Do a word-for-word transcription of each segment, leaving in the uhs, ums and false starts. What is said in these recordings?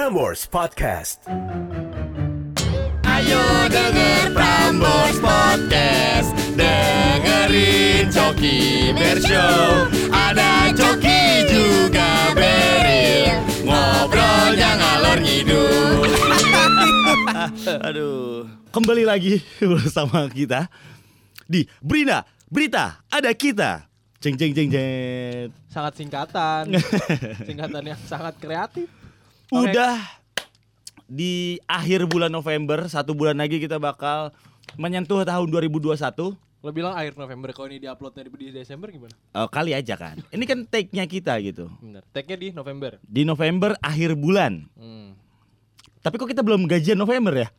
Prambors Podcast. Ayo denger Prambors Podcast, dengerin Coki Bershow. Ada Coki juga Beril, ngobrolnya ngalor ngidul. Aduh, kembali lagi bersama kita di Brina Berita Ada Kita. Ceng ceng ceng ceng. Sangat singkatan. Singkatan yang sangat kreatif. Udah di akhir bulan November, satu bulan lagi kita bakal menyentuh tahun dua ribu dua puluh satu. Lo bilang akhir November, kalau ini diuploadnya di Desember gimana? Oh, kali aja kan. Ini kan take-nya kita gitu. Bener. Tag-nya di November. Di November akhir bulan. Hmm. Tapi kok kita belum gajian November ya?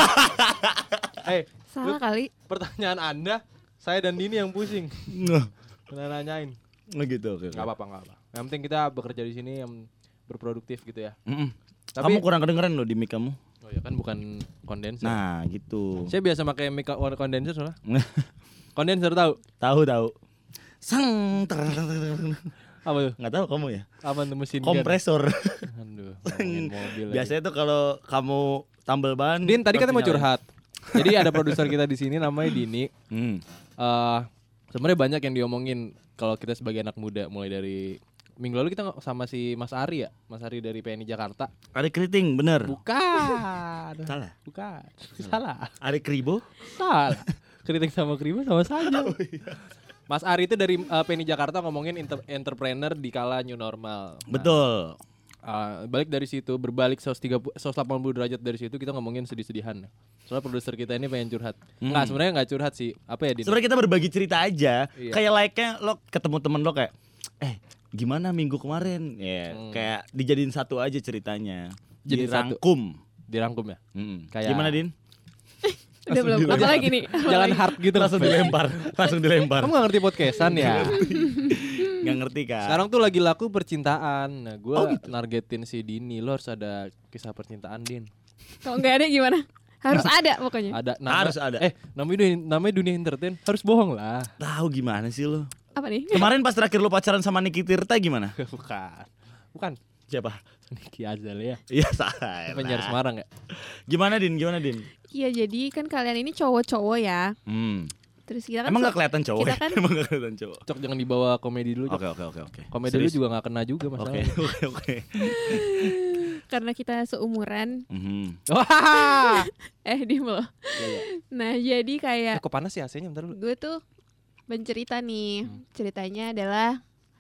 Eh, Salah kali. pertanyaan Anda, saya dan Dini yang pusing. Nggak Kena nanyain. gitu. Oke, oke. Gak apa-apa, gak apa. Yang penting kita bekerja di sini yang berproduktif gitu ya. Mm-mm. Tapi- Kamu kurang kedengeran loh di mic kamu. Oh ya kan bukan kondenser. Nah, gitu. Saya biasa pakai mic kondenser soalnya. Kondenser tahu? Tahu tahu. Sang ter Apa tuh? nggak tahu kamu ya. Apa tuh mesin gun? Kompresor. Aduh, ngomongin mobil. lagi. Biasanya tuh kalau kamu tambal ban. Din, tadi terus kita mau nyalain. curhat. Jadi ada produser kita di sini namanya Dini. Hmm. Eh, sebenarnya banyak yang diomongin kalau kita sebagai anak muda, mulai dari minggu lalu kita nggak sama si Mas Ari ya, Mas Ari dari P N I Jakarta. Ari Keriting bener. Bukan. Salah. Bukan. Salah. Ari Kribo. Salah. Kritik sama kribo sama saja. Oh, iya. Mas Ari itu dari uh, P N I Jakarta ngomongin inter- entrepreneur di kala new normal. Nah, Betul. uh, balik dari situ, berbalik seratus tiga puluh, seratus delapan puluh derajat dari situ kita ngomongin sedih-sedihan. Soalnya produser kita ini pengen curhat. Hmm. Nggak, sebenarnya nggak curhat sih. Apa ya, Din? Sebenarnya kita berbagi cerita aja. Iya. Kayak like-nya lo ketemu temen lo kayak, eh gimana minggu kemarin? Ya, Hmm. kayak dijadiin satu aja ceritanya. Jadi satu. Dirangkum. Dirangkum ya. Hmm. Kayak- Gimana Din? Udah belum. Apa lagi nih? Apa Jangan lagi? hard gitu. Langsung dilempar. Langsung dilempar. Kamu gak ngerti podcastan ya? Nggak ngerti kan? Sekarang tuh lagi laku percintaan. Nah, gue Oh, gitu. nargetin si Dini. Lo harus ada kisah percintaan, Din. Kalau nggak ada gimana? Harus ada pokoknya. Ada nama, Harus ada. Eh, namanya dunia, namanya dunia entertain. Harus bohong lah. Tahu gimana sih lo? Apa nih? Kemarin pas terakhir lo pacaran sama Niki Tirta gimana? Bukan. Bukan. Siapa? Niki Azal ya. Iya salah. Penyiar Semarang ya. Gimana Din? Gimana Din? Iya, jadi kan kalian ini cowok-cowok ya. Hmm. Terus kita kan Emang so- nggak kelihatan cowok? kita ya? kan- Emang nggak kelihatan cowok. Cok, jangan dibawa komedi dulu, Cok. Oke oke oke oke. Komedi Serius? dulu juga gak kena juga Oke masalahnya. oke oke. karena kita seumuran. Mhm. Wah. Eh, diem loh. Iya, iya. Nah, jadi kayak Eh, kok panas ya A C-nya? Bentar dulu. gue tuh bercerita nih. Hmm. Ceritanya adalah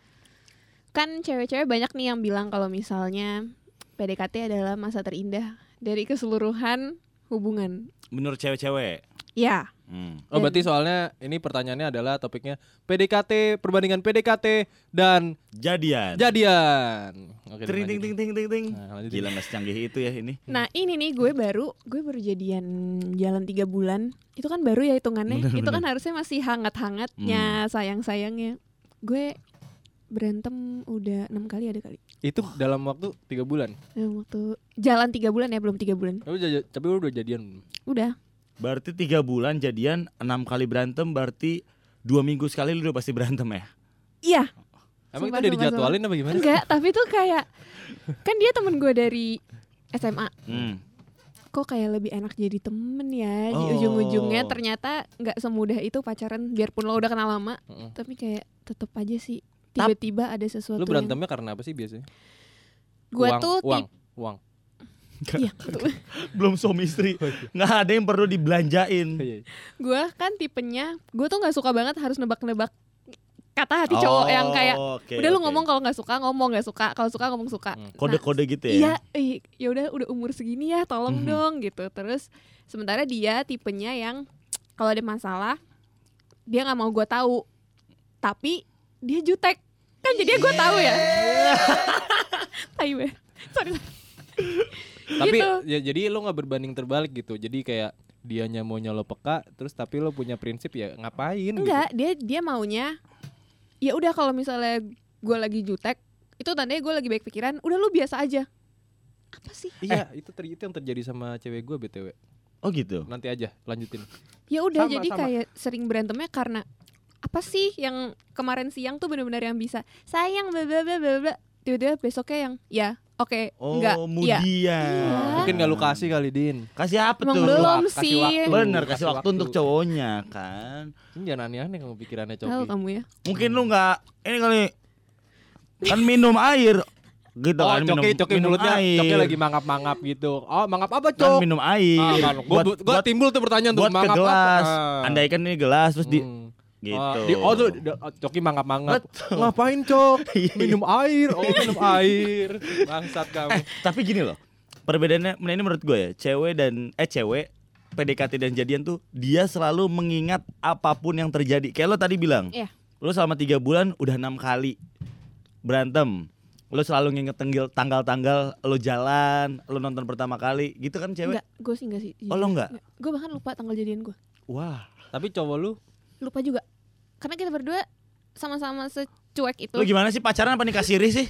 kan cewek-cewek banyak nih yang bilang kalau misalnya P D K T adalah masa terindah dari keseluruhan hubungan. Menurut cewek-cewek. Ya. Hmm. Oh, berarti soalnya ini pertanyaannya adalah topiknya P D K T, perbandingan P D K T dan Jadian. jadian. Oke, Ting ting lanjut. ting ting ting ting. Nah, lanjut. Gila nggak secanggih itu ya ini. Nah ini nih gue baru gue baru jadian jalan tiga bulan. Itu kan baru ya hitungannya. Bener, Itu kan bener. harusnya masih hangat-hangatnya, sayang-sayangnya. Gue berantem udah enam kali ada kali. Itu dalam waktu tiga bulan. Dalam waktu jalan tiga bulan ya, belum tiga bulan. Tapi udah, tapi lu udah jadian. Udah. Berarti tiga bulan jadian, enam kali berantem, berarti dua minggu sekali lu udah pasti berantem ya? Iya. Emang Sumpah, itu udah sumpah, dijadwalin apa gimana? Enggak, tapi tuh kayak kan dia temen gue dari S M A. Hmm. Kok kayak lebih enak jadi temen ya. Di Oh. ujung-ujungnya ternyata nggak semudah itu pacaran. Biarpun lo udah kenal lama, Heeh. tapi kayak tetep aja sih tiba-tiba ada sesuatu. Lu yang- berantemnya karena apa sih biasanya? Gua uang, tuh uang, tip- uang. Iya, betul. Belum suami istri, nggak ada yang perlu dibelanjain. Iya. Gue kan tipenya, gue tuh nggak suka banget harus nebak-nebak kata hati cowok yang kayak oke, udah lu oke. ngomong kalau nggak suka ngomong nggak suka, kalau suka ngomong suka. Hmm. Kode-kode gitu ya? Iya, eh, ya udah udah umur segini ya, tolong Mhm. dong gitu. Terus sementara dia tipenya yang kalau ada masalah dia nggak mau gue tahu, tapi dia jutek kan jadinya gue tahu ya. Tai banget. Sorry. Tapi Gitu. ya jadi lo nggak berbanding terbalik gitu. Jadi kayak dianya maunya lo peka, terus tapi lo punya prinsip ya ngapain? Enggak, dia dia maunya ya udah kalau misalnya gue lagi jutek itu tandanya gue lagi baik pikiran, udah lu biasa aja. Apa sih? Gitu. Iya, itu ter- itu yang terjadi sama cewek gue B T W. Oh gitu. Nanti aja lanjutin. Ya udah Sama, jadi sama. kayak sering berantemnya karena apa sih yang kemarin siang tuh benar-benar yang bisa sayang bla bla bla bla bla. Tiba-tiba besoknya yang ya Oke, Oh, enggak. Iya. Mudian. Mungkin gak lu kasih kali Din. Kasih apa Emang tuh? belum Kasih sih. waktu. Bener, kasih, Kasih waktu, waktu. untuk cowoknya kan. Ini jangan aneh-aneh kamu pikirannya Tahu Coki. kamu ya. Mungkin lu nggak ini kali kan minum air gitu Oh, kan minum, Coki, Coki minum mulutnya, air. Coki lagi mangap-mangap gitu. Oh, mangap apa, Kan Cok? minum air. Ah, kan. Gua, buat, gua buat, timbul tuh pertanyaan tuh, buat ke mangap gelas. apa? Ah. Andaikan ini gelas terus di Hmm. gitu. Oh, di, oh tuh di- oh, Coki mangap-mangap. Betul. Ngapain, Cok? Iya. Minum air. Oh, minum air. Bangsat kamu. Eh, tapi gini loh. Perbedaannya ini menurut gue ya, cewek dan eh cewek P D K T dan jadian tuh dia selalu mengingat apapun yang terjadi. Kayak lo tadi bilang. Iya. Lo selama tiga bulan udah enam kali berantem. Lo selalu nginget tenggil- tanggal-tanggal lo jalan, lo nonton pertama kali, gitu kan cewek? Enggak, gue sih enggak sih. Oh, lo enggak? Gue bahkan lupa tanggal jadian gue. Wah, Tapi cowok lu Lupa juga. Karena kita berdua sama-sama secuek itu. lo gimana sih pacaran apa nikah siri sih?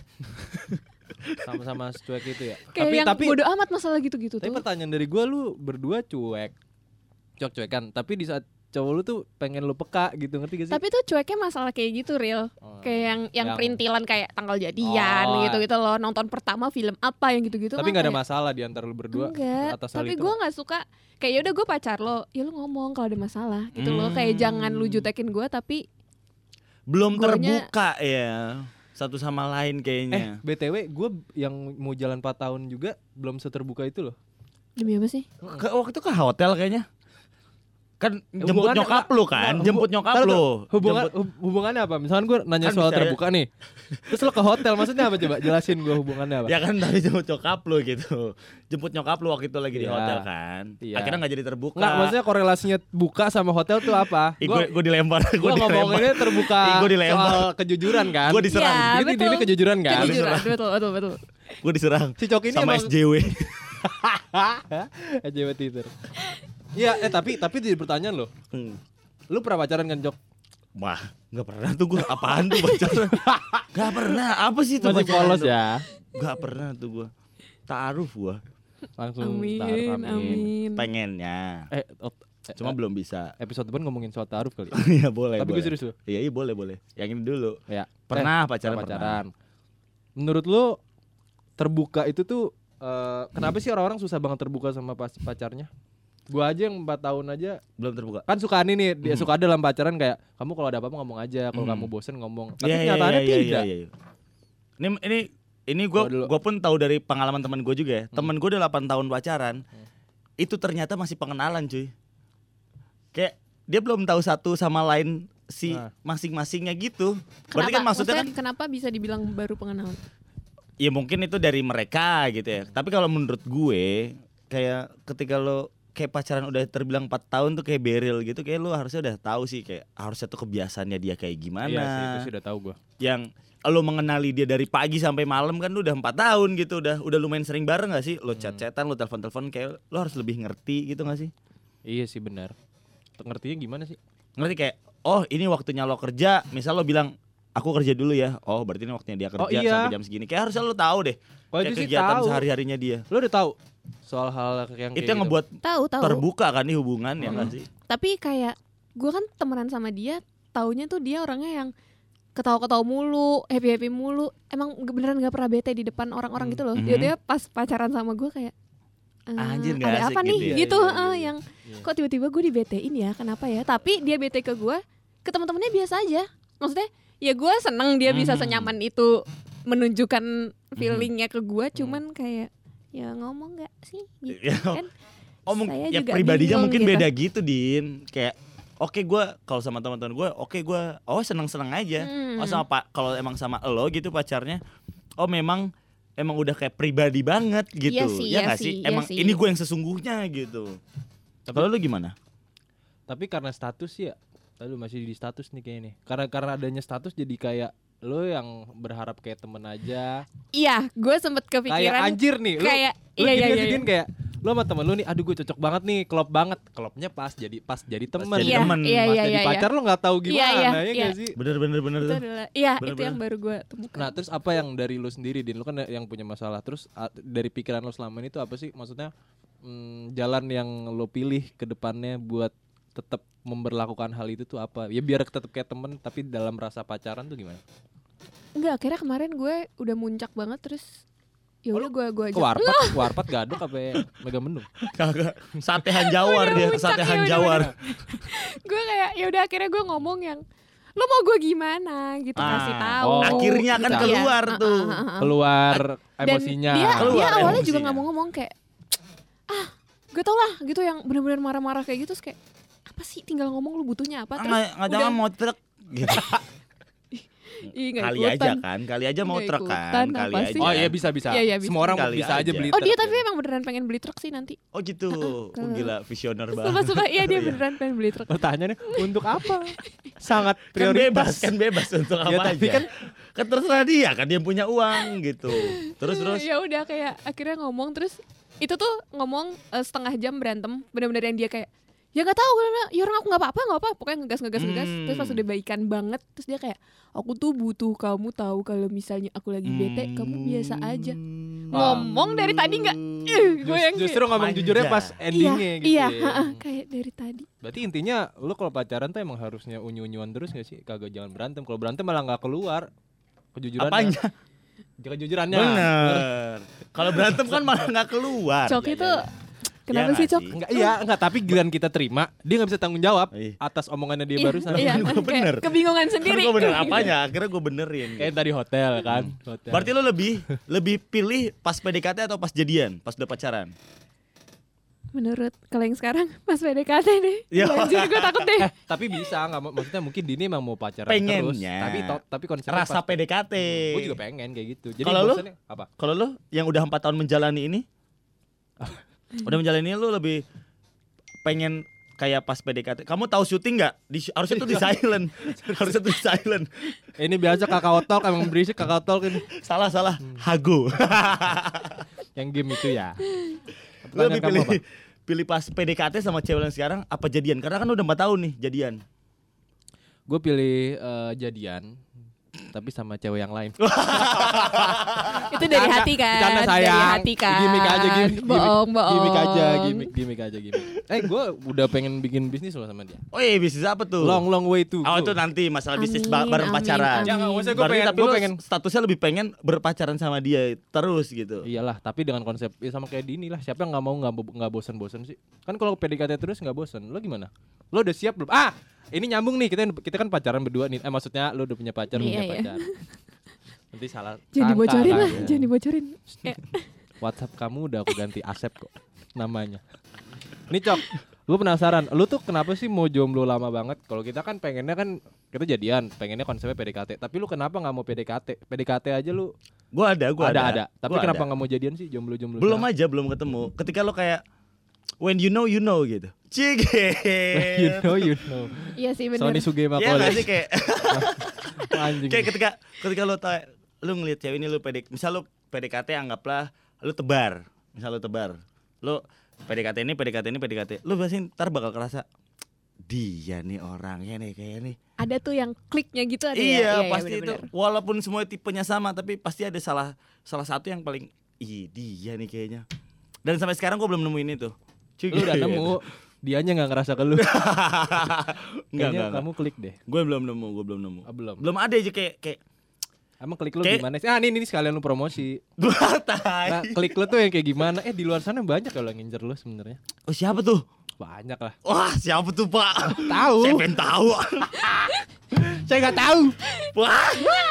sama-sama cuek itu ya. Kayak tapi yang tapi bodo amat masalah gitu-gitu tapi tuh. pertanyaan dari gua, lu berdua cuek. Cuek-cuekan, tapi di saat cowok lu tuh pengen lu peka gitu, ngerti gak sih? Tapi tuh cueknya masalah kayak gitu real. Oh. Kayak yang yang Yang- perintilan kayak tanggal jadian Oh. gitu-gitu loh. Nonton pertama film apa yang gitu-gitu. Tapi mah nggak ada kayak- masalah di antara lu berdua Enggak, atas hal tapi itu. gue nggak suka kayak ya udah gue pacar lo, ya lo ngomong kalau ada masalah gitu loh. Hmm. Kayak jangan lu jutekin gue tapi Belum Guanya- terbuka ya satu sama lain Eh, kayaknya. B T W gue yang mau jalan empat tahun juga belum seterbuka itu loh. demi apa sih? Ke, waktu itu ke hotel kayaknya. Kan jemput Hubungannya- nyokap lu kan, Nggak, jemput hubu- nyokap Taruh, lu. taruh. Hubungan Jemput- hub- hubungannya apa? Misalkan gue nanya Kan soal bisa ya. terbuka nih. Terus lo ke hotel maksudnya apa coba? Jelasin gue hubungannya apa? Ya kan tadi jemput nyokap lu gitu. Jemput nyokap lu waktu itu lagi di Iya. hotel kan. Iya. Akhirnya gak jadi terbuka. Enggak, maksudnya korelasinya buka sama hotel tuh apa? Ih, gue, gue dilempar, gue Gue dilempar. ngomonginnya terbuka Ih, gua dilempar. soal kejujuran kan. Gue diserang. Iya, Jadi betul. ini kejujuran kan. Kejujuran, betul betul betul. Gue diserang. Si Coki ini sama emang- S J W. Aja buat Twitter. Iya, eh tapi tapi di pertanyaan lo, Hmm. lu pernah pacaran kan, Jok? Wah, nggak pernah tuh gue. Apaan tuh pacaran? Gak pernah. Apa sih itu Masih pacaran polos tuh? ya. Gak pernah tuh gue. Ta'aruf gue. Langsung Amin, taruh, amin. Pengennya. Eh, oh, eh, Cuma eh, belum bisa. episode depan ngomongin soal taruh kali. Iya boleh. Tapi boleh. gue serius loh. Iya iya boleh boleh. Yang ini dulu. Ya. Pernah Eh, pacaran, pacaran. Menurut lu terbuka itu tuh eh, kenapa sih orang-orang susah banget terbuka sama pas pacarnya? Gua aja yang empat tahun aja Belum terbuka. kan suka nih nih dia Mhm. suka dalam pacaran kayak kamu kalau ada apa-apa ngomong aja, kalau Mhm. kamu bosen ngomong. Tapi Iya, iya, kenyataannya iya, iya, tidak. iya, iya. Ini ini ini gue Gua dulu. gue pun tahu dari pengalaman teman gue juga ya. Hmm. Temen gue udah delapan tahun pacaran. Itu ternyata masih pengenalan cuy. Kayak dia belum tahu satu sama lain si Nah. masing-masingnya gitu. Berarti kan maksudnya kan kenapa bisa dibilang baru pengenalan? ya mungkin itu dari mereka gitu ya. Tapi kalau menurut gue kayak ketika lo kayak pacaran udah terbilang empat tahun tuh kayak beril gitu, kayak lo harusnya udah tahu sih kayak harusnya tuh kebiasaannya dia kayak gimana. Iya sih, itu sih udah tahu gua. Yang lo mengenali dia dari pagi sampai malam kan lu udah empat tahun gitu, udah udah lumayan sering bareng gak sih? Lo chat-chatan, lo telepon-telepon, kayak lo harus lebih ngerti gitu gak sih? Iya sih benar. Ngertinya gimana sih? Ngerti kayak oh ini waktunya lo kerja, misal lo bilang aku kerja dulu ya. Oh berarti ini waktunya dia kerja Oh, iya. sampai jam segini. Kayak harusnya lo tahu deh. Kalau Kayak itu sih kegiatan tahu. sehari-harinya dia. Lu udah tahu soal hal yang kayak Itu yang gitu? ngebuat Tahu tahu. terbuka kan nih hubungan ya Hmm. nggak sih? Tapi kayak gue kan temenan sama dia, taunya tuh dia orangnya yang ketawa-ketawa mulu, happy-happy mulu. Emang beneran gak pernah bete di depan orang-orang Hmm. gitu loh. Mhm. Dia dia pas pacaran sama gue kayak eh, Anjir, nggak ada asik apa gitu nih ya. gitu, Iya, iya, eh, iya. yang Iya. kok tiba-tiba gue dibetein ya, kenapa ya? Tapi dia bete ke gue, ke teman-temannya biasa aja. Maksudnya ya gue seneng dia bisa Mhm. senyaman itu menunjukkan feelingnya ke gue, cuman kayak ya ngomong nggak sih gitu Ya, kan. Oh mung- Saya ya juga pribadinya bingung mungkin gitu. beda gitu Din. Kayak oke gue kalau sama teman-teman gue, oke gue oh seneng-seneng aja. Hmm. Oh sama pak kalau emang sama lo gitu pacarnya, oh memang emang udah kayak pribadi banget gitu. Iya sih, ya iya nggak sih, sih? iya Emang sih. ini gue yang sesungguhnya gitu. Kalau lu gimana? Tapi karena status ya, lalu masih di status nih kayaknya nih. Karena karena adanya status jadi kayak lo yang berharap kayak temen aja. Iya, gue sempet Kayak kepikiran anjir nih. Lu, kayak lu iya gini iya gak iya. sih, iya. Din? Kayak lo sama temen lu nih, aduh gue cocok banget nih, klop banget. Klopnya pas jadi pas jadi temen. jadi Iya, temen. iya Pas iya jadi iya. pacar lo nggak tahu gimana, Iya, iya, ya iya. nggak sih? Bener bener bener Itu tuh. adalah iya itu Bener-bener. yang baru gue temukan. Nah terus apa yang dari lu sendiri, Din? Lu kan yang punya masalah. Terus a- dari pikiran lo selama ini tuh apa sih? Maksudnya mm, jalan yang lo pilih ke depannya buat tetap memberlakukan hal itu tuh apa? Ya biar tetap kayak temen tapi dalam rasa pacaran tuh gimana? Enggak, akhirnya kemarin gue udah muncak banget terus ya udah gue gue Ke aja. warpat, warpat gadok apa mega menu? Kagak. Sate Hanjawar dia, Udah sate puncak, ya, Hanjawar. Gue kayak ya udah akhirnya gue ngomong yang lo mau gue gimana gitu Ah, kasih tahu. oh, Akhirnya kan Iya. keluar Ah, tuh. ah, ah, ah. Keluar Dan emosinya. Dia, Keluar dia awalnya emosinya. juga nggak mau ngomong kayak ah gue tau lah gitu yang benar-benar marah-marah kayak gitu terus kayak apa sih tinggal ngomong lu butuhnya apa terus Nggak nggak jangan mau truk gitu. Ih, nggak Kali ikutan. aja kan, kali aja mau Nggak truk ikutan, kan, kali apa aja. sih? Oh iya bisa bisa. Iya, iya, bisa. Semua orang Kali bisa aja aja. beli Oh dia truk tapi ya. emang beneran pengen beli truk sih nanti. Oh gitu. Oh, kalau- gila visioner banget. Sumpah-sumpah iya dia Iya. beneran pengen beli truk. Pertanyaannya untuk apa? Sangat Kan prioritas. bebas, kan bebas untuk Ya, apa tapi aja. kan- Kan terserah dia kan dia punya uang gitu. Terus terus Ya udah kayak akhirnya ngomong terus itu tuh ngomong eh, setengah jam berantem bener-bener yang dia kayak ya nggak tahu karena ya orang aku nggak apa-apa nggak apa pokoknya ngegas ngegas ngegas Hmm. terus pas udah baikan banget terus dia kayak aku tuh butuh kamu tahu kalau misalnya aku lagi bete kamu biasa aja Hmm. ngomong dari tadi nggak eh, gue yang Just- justru ngomong Manja. jujurnya pas endingnya iya, gitu. iya ya. ha-ha, kayak dari tadi Berarti intinya lu kalau pacaran tuh emang harusnya unyu-unyuan terus gak sih? Kagak jangan berantem. Kalau berantem malah nggak keluar kejujurannya. Apanya? Kejujurannya. Bener. Kalau berantem kan malah nggak keluar. Cok itu kenapa Ya sih nggak Cok sih? Enggak, iya, enggak, tapi giliran kita terima, dia nggak bisa tanggung jawab Iya. atas omongannya dia Iya, barusan. iya, Gua kayak bener. kebingungan Kan sendiri gue bener apanya? Akhirnya gue benerin. Kayak tadi hotel kan. Hotel. Berarti lo lebih lebih pilih pas P D K T atau pas jadian? Pas udah pacaran? menurut kalau yang sekarang pas P D K T deh Ya. anjir gue takut deh Eh, tapi bisa nggak? Maksudnya mungkin Dini emang mau pacaran Pengennya. terus, tapi to, tapi konsepnya Rasa P D K T. Gue juga pengen kayak gitu. Jadi Kalau lu? bosannya apa? Kalau lo yang udah empat tahun menjalani ini, udah menjalani ini lo lebih pengen kayak pas P D K T. Kamu tahu syuting nggak? Di, harusnya tuh di silent. harusnya tuh di silent. Ini biasa kakak talk emang berisik kakak talk ini. Salah salah. Hmm. Hago. Yang game itu ya. Lo Pertanyaan lebih kamu pilih apa? pilih pas P D K T sama cewek yang sekarang apa jadian? Karena kan udah empat tahun nih jadian. Gue pilih eh, jadian, tapi sama cewek yang lain. itu dari hati kan Bercanda dari sayang. hati kan Gimik aja gimik. bohong bohong Gimik aja, gimik, gimik aja gimik. Eh, gue udah pengen bikin bisnis loh sama dia. Oh iya bisnis apa tuh? Long long way to Oh go. itu nanti masalah bisnis Amin, ba- bareng amin, pacaran. amin. Ya nggak usah gue Berarti pengen, tapi gue lo pengen. statusnya lebih pengen berpacaran sama dia terus gitu. Iyalah, tapi dengan konsep ya sama kayak Dini lah. Siapa yang nggak mau nggak bo- nggak bosan-bosan sih? Kan kalau P D K T terus nggak bosan. Lo gimana? Lo udah siap belum? Ah, ini nyambung nih. Kita kita kan pacaran berdua nih. Eh maksudnya lo udah punya pacar, lo Iya, punya iya. pacar. Nanti salah. jangan sangka dibocorin kan lah ya. jangan dibocorin Eh, WhatsApp kamu udah aku ganti Asep kok namanya. Nih Cok, lu penasaran, lu tuh kenapa sih mau jomblo lama banget? Kalau kita kan pengennya kan kita jadian, pengennya konsepnya P D K T. Tapi lu kenapa nggak mau P D K T? P D K T aja lu Gua ada, gua ada ada. ada. Tapi Gua kenapa ada. nggak mau jadian sih jomblo-jomblo? Belum sekarang? aja, belum ketemu. Ketika lo kayak when you know you know gitu. Cik. You know, you know. iya sih bener Sony Sugema Iya nggak College. sih kayak Anjing. kayak ketika ketika lo tau lu ngeliat cewek ini lu P D misal lu P D K T anggaplah lu tebar. Misal lu tebar. Lu P D K T ini P D K T ini P D K T. Lu pasti ntar bakal kerasa dia nih orangnya nih kayak nih. ada tuh yang kliknya gitu ada Iya, ya pasti bener-bener. itu walaupun semua tipenya sama tapi pasti ada salah salah satu yang paling ih dia nih kayaknya. Dan sampai sekarang gua belum nemuin itu. Cik. Lu udah nemu, dianya nggak ngerasa ke lu. Enggak, Kayaknya enggak, kamu klik deh. Gue belum nemu, gue belum nemu. Ah, belum. Belum ada aja kayak kayak Emang klik lu Kayak- gimana sih? Ah, ini ini sekalian lu promosi. dua Nah, tai. klik lu tuh yang kayak gimana? Eh, di luar sana banyak kalau yang ngincer lu sebenarnya. Oh siapa tuh? Banyak lah. Wah siapa tuh Pak? Tahu. Saya pengen tahu. Saya nggak tahu. Wah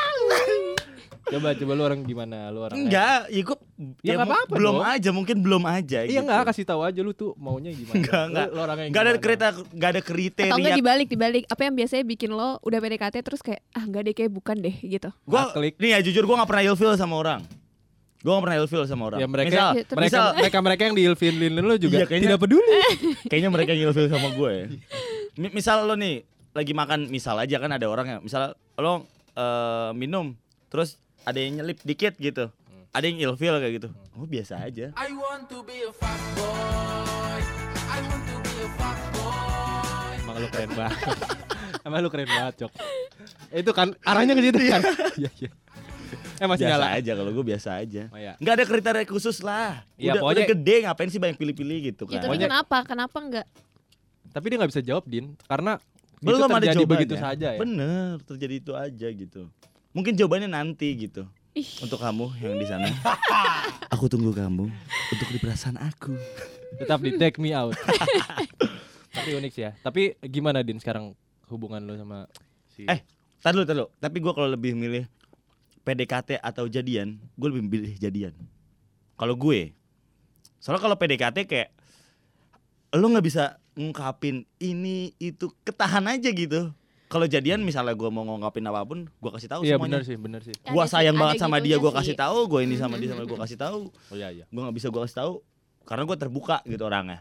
Coba coba lu orang gimana? Lu orang enggak, ya gue Ya nggak mu- apa-apa belum dong. aja, mungkin belum aja. Iya gitu. enggak, kasih tahu aja lu tuh maunya gimana. Enggak, enggak. Lu, lu orangnya Enggak ada gimana? kriteria, enggak ada atau kriteria. enggak dibalik dibalik apa yang biasanya bikin lo udah P D K T terus kayak ah enggak deh kayak bukan deh gitu Gua Ah, klik. nih ya jujur gue nggak pernah ilfeel sama orang. Gue nggak pernah ilfeel sama orang. Ya mereka misal, Ya, tapi- mereka, misal, mereka mereka yang diilfilin lu juga Iya, kayaknya- tidak peduli. kayaknya mereka yang ilfeel sama gue ya. Mi- Misal lo nih lagi makan, misal aja kan ada orang ya, misal lo eh, minum, terus ada yang nyelip dikit gitu, ada yang ilfeel kayak gitu, oh biasa aja. I want to be a fuckboy. I want to be a fuckboy. Emang lu keren banget. Emang lu keren banget, Cok. Itu kan arahnya ke situ kan. Iya, iya. Eh masih Biasa nyala. aja kalau gue biasa aja. Oh, iya. Nggak ada kriteria khusus lah. Iya, udah, pokoknya- udah gede ngapain sih banyak pilih-pilih gitu ya, kan. tapi Pokoknya- kenapa kenapa enggak Tapi dia nggak bisa jawab, Din, karena Belum itu ada terjadi jawabannya. begitu saja ya. Bener, terjadi itu aja gitu. Mungkin jawabannya nanti gitu. Ih. Untuk kamu yang di sana. Aku tunggu kamu untuk di perasaan aku. Tetap di take me out. Tapi unik sih ya. Tapi gimana Din sekarang hubungan lo sama si Eh, tar dulu, tar dulu. Tapi gue kalau lebih milih P D K T atau jadian, gue lebih milih jadian. Kalau gue, soalnya kalau P D K T kayak lo nggak bisa ngungkapin ini itu, ketahan aja gitu. Kalau jadian misalnya gue mau ngungkapin apapun, gue kasih tahu Iya semuanya. benar sih, benar sih. Gue Ada sih, sayang ada banget sama dia, gitunya gue sih. kasih tahu. Gue ini sama dia, sama gue kasih tahu. Oh iya iya. Gue nggak bisa gue kasih tahu karena gue terbuka gitu orangnya.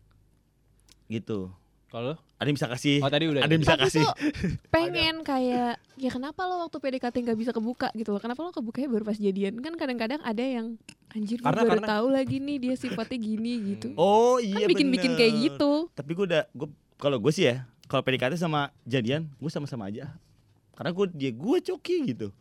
Gitu. Kalau Ada yang bisa kasih. Oh, tadi udah. Ada yang bisa Tapi kasih. tuh pengen kayak ya kenapa lo waktu P D K T nggak bisa kebuka gitu loh? Kenapa lo kebukanya baru pas jadian? Kan kadang-kadang ada yang anjir gue Karena- baru karena- tahu lagi nih dia sifatnya gini gitu. Oh iya Kan bikin-bikin bener. kayak gitu. Tapi gue udah, gue kalau gue sih ya, kalau P D K T sama jadian, gue sama-sama aja. Karena gue dia gue coki gitu.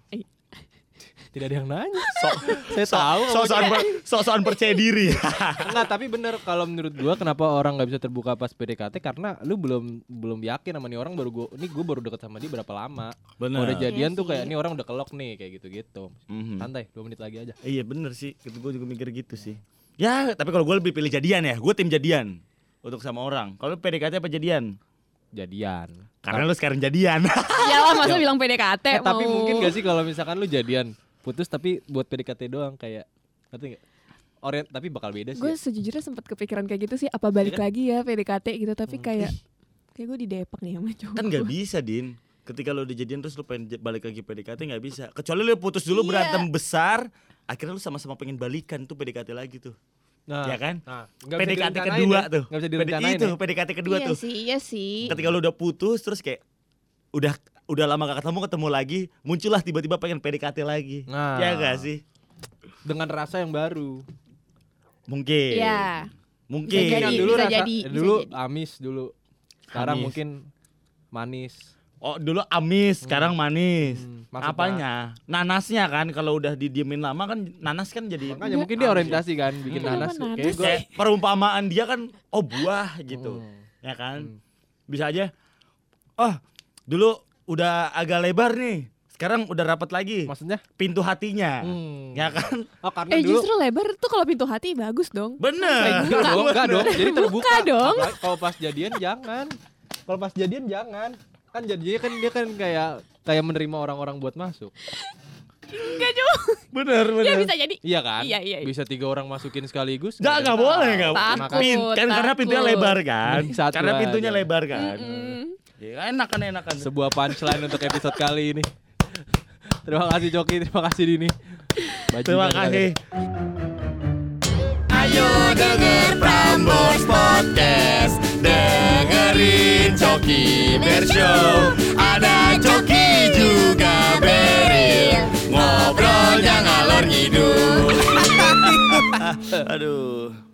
tidak ada yang nanya. Sok, Saya tahu. sok-sokan per, sok-sokan percaya diri. Enggak, tapi bener kalau menurut gua kenapa orang nggak bisa terbuka pas P D K T karena lu belum belum yakin sama nih orang baru gua ini gua baru deket sama dia berapa lama. Bener. Kalau udah jadian Iya tuh sih. kayak ini orang udah kelok nih kayak gitu-gitu. Mhm. Santai, dua menit lagi aja. Iya bener sih, itu gue juga mikir gitu sih. Ya, tapi kalau gue lebih pilih jadian ya, gue tim jadian untuk sama orang. Kalau P D K T apa jadian? Jadian. Karena lu sekarang jadian. Iyalah masa bilang P D K T Eh, tapi mau. mungkin gak sih kalau misalkan lu jadian putus tapi buat P D K T doang kayak ngerti nggak? Orient tapi bakal beda sih. Gue Ya. sejujurnya sempat kepikiran kayak gitu sih. Apa balik Iya kan? lagi ya P D K T gitu. Tapi Hmm. kayak kayak gue didepak nih sama cowok. Kan nggak bisa, Din. Ketika lu udah jadian terus lu pengen j- balik lagi P D K T nggak bisa. Kecuali lu putus dulu Iya. berantem besar, akhirnya lu sama-sama pengen balikan tuh P D K T lagi tuh. Nah, Ya kan? Nah, nggak P bisa D K T direncanain kedua ya. tuh. Nggak bisa P D- direncanain. Itu ya. P D K T kedua iya tuh. sih, iya sih. Ketika lu udah putus terus kayak udah udah lama gak ketemu ketemu lagi, muncullah tiba-tiba pengen P D K T lagi. Nah. Ya gak sih? Dengan rasa yang baru. Mungkin. Iya. Mungkin. Bisa Kan jadi. dulu bisa rasa jadi, bisa dulu jadi. amis dulu. Sekarang Amis. mungkin manis. Oh, dulu amis, sekarang manis. Hmm, maksudnya- Apanya? Nanasnya kan kalau udah didiemin lama kan nanas kan jadi Makanya mungkin dia orientasi kan bikin Kenapa nanas. nanas? Kayak gue kayak perumpamaan dia kan oh buah gitu. Hmm. Ya kan? Hmm. Bisa aja. Oh, dulu udah agak lebar nih. Sekarang udah rapat lagi. Maksudnya? Pintu hatinya. Hmm. Ya kan? Oh karena Eh dulu justru lebar tuh kalau pintu hati bagus dong. Bener. enggak dong, enggak dong. Jadi terbuka. Terbuka dong. Apalagi kalau pas jadian jangan. Kalau pas jadian jangan. Kan jadinya kan dia kan kayak kayak menerima orang-orang buat masuk. Enggak juga. Bener, bener. Ya bisa jadi. Iya kan? Iya, iya, iya. Bisa tiga orang masukin sekaligus. Enggak, enggak boleh, enggak. Takut, Pin, kan karena pintunya takut. lebar kan. Mending satu Karena pintunya aja. lebar kan. Mm-mm. Ya enakan enakan. Sebuah punchline untuk episode kali ini. Terima kasih Coki, terima kasih Dini. Bajingan Terima kalian. kasih. Ayo denger Prambors Podcast, dengerin Coki Bershow. Ada Coki juga Beril, ngobrolnya ngalor ngidul. Aduh.